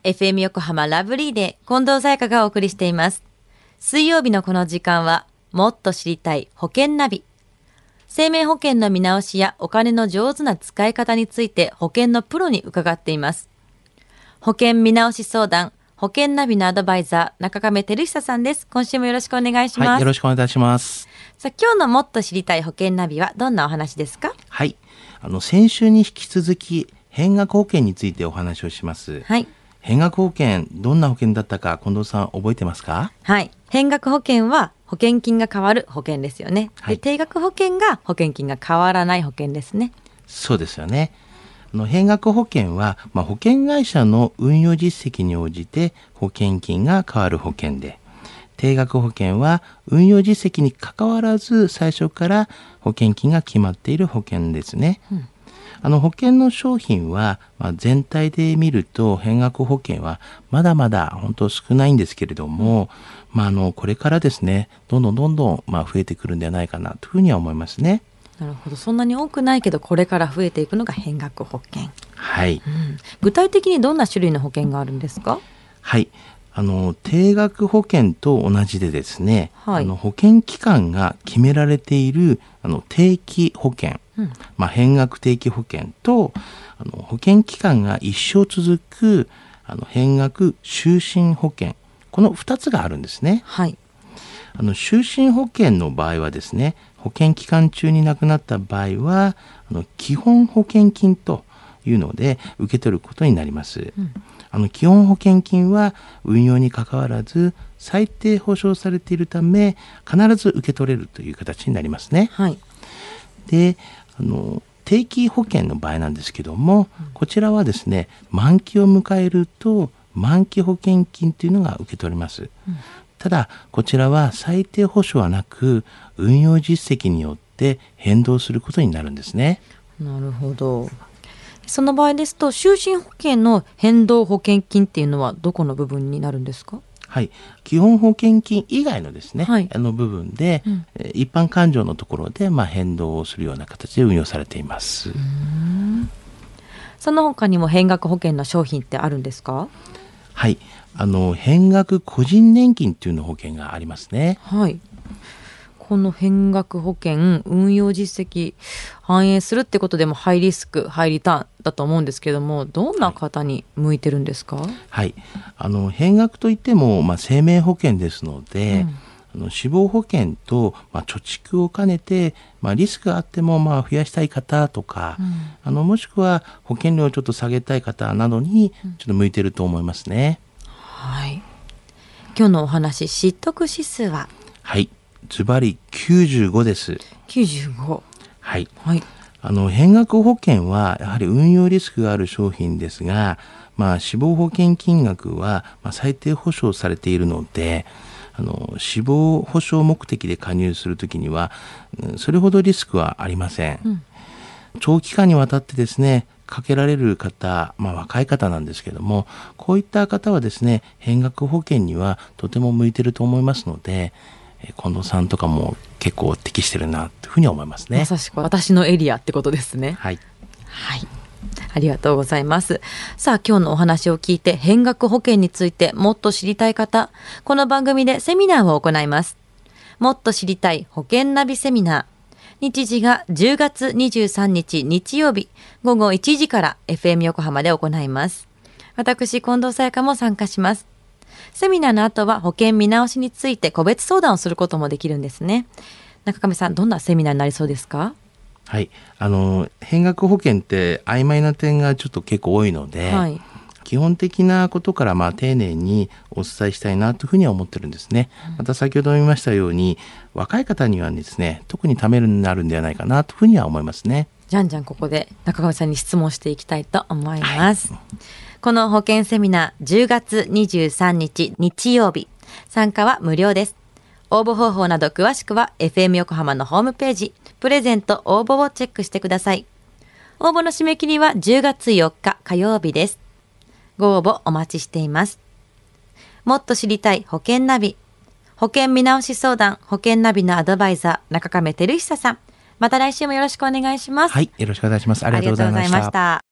FM 横浜ラブリーで近藤沙耶香がお送りしています。水曜日のこの時間はもっと知りたい保険ナビ。生命保険の見直しやお金の上手な使い方について保険のプロに伺っています。保険見直し相談保険ナビのアドバイザー中亀照久さんです。今週もよろしくお願いします。 はい、よろしくお願いいたします。 さあ、今日のもっと知りたい保険ナビはどんなお話ですか？ はい、先週に引き続き変額保険についてお話をします。 はい。 変額保険、どんな保険だったか近藤さん覚えてますか？ はい。変額保険は保険金が変わる保険ですよね。 はい、 で、定額保険が保険金が変わらない保険ですね。 そうですよね。変額保険は、保険会社の運用実績に応じて保険金が変わる保険で、定額保険は運用実績に関わらず最初から保険金が決まっている保険ですね。保険の商品は、全体で見ると変額保険はまだまだ本当少ないんですけれども、これからですね、どんどん増えてくるんではないかなというふうには思いますね。 なるほど。そんなに多くないけどこれから増えていくのが変額保険。 はい。 具体的にどんな種類の保険があるんですか？ はい。定額保険と同じでですね、 はい、 保険期間が決められている定期保険、変額定期保険と保険期間が一生続く変額終身保険、この2つがあるんですね。 はい。 終身保険の場合はですね、保険期間中に亡くなった場合は基本保険金というので受け取ることになります。基本保険金は運用に関わらず最低保証されているため必ず受け取れるという形になりますね。 はい。 で、定期保険の場合なんですけども、こちらはですね、満期を迎えると満期保険金というのが受け取れます。ただこちらは最低保証はなく運用実績によって変動することになるんですね。 なるほど。その場合ですと終身保険の変動保険金っていうのはどこの部分になるんですか？ はい、基本保険金以外のですね、 はい、 部分で、一般勘定のところで、変動をするような形で運用されています。 その他にも変額保険の商品ってあるんですか？ はい、変額個人年金というの保険がありますね。 はい。この変額保険運用実績反映するってことでもハイリスクハイリターンだと思うんですけども、どんな方に向いてるんですか？ はい、変額といっても、生命保険ですので、死亡保険と、貯蓄を兼ねて、リスクがあっても増やしたい方とか、もしくは保険料をちょっと下げたい方などにちょっと向いてると思いますね。 はい。今日のお話、知得指数は？ はい、ズバリ95です。 95。 はい。 はい。 変額保険はやはり運用リスクがある商品ですが、死亡保険金額は最低保証されているので、死亡保障目的で加入するときには、それほどリスクはありません。長期間にわたってですね、かけられる方、若い方なんですけども、こういった方はですね、変額保険にはとても向いていると思いますので、近藤さんとかも結構適してるなというふうに思いますね。 まさしく私のエリアってことですね。 はい。 はい。ありがとうございます。さあ、今日のお話を聞いて変額保険についてもっと知りたい方、この番組でセミナーを行います。もっと知りたい保険ナビセミナー。日時が10月23日日曜日午後1時から FM 横浜で行います。私、近藤沙耶香も参加します。セミナーの後は保険見直しについて個別相談をすることもできるんですね。中亀さん、どんなセミナーになりそうですか？ はい、変額保険って曖昧な点がちょっと結構多いので、基本的なことから丁寧にお伝えしたいなというふうには思ってるんですね。また先ほど言いましたように若い方にはですね、特にためになるんではないかなというふうには思いますね。 じゃんじゃんここで中亀さんに質問していきたいと思います。この保険セミナー10月23日日曜日、参加は無料です。応募方法など詳しくは FM 横浜のホームページプレゼント応募をチェックしてください。応募の締め切りは10月4日火曜日です。ご応募お待ちしています。もっと知りたい保険ナビ、保険見直し相談保険ナビのアドバイザー中亀照久さん、また来週もよろしくお願いします。 はい、よろしくお願いします。ありがとうございました。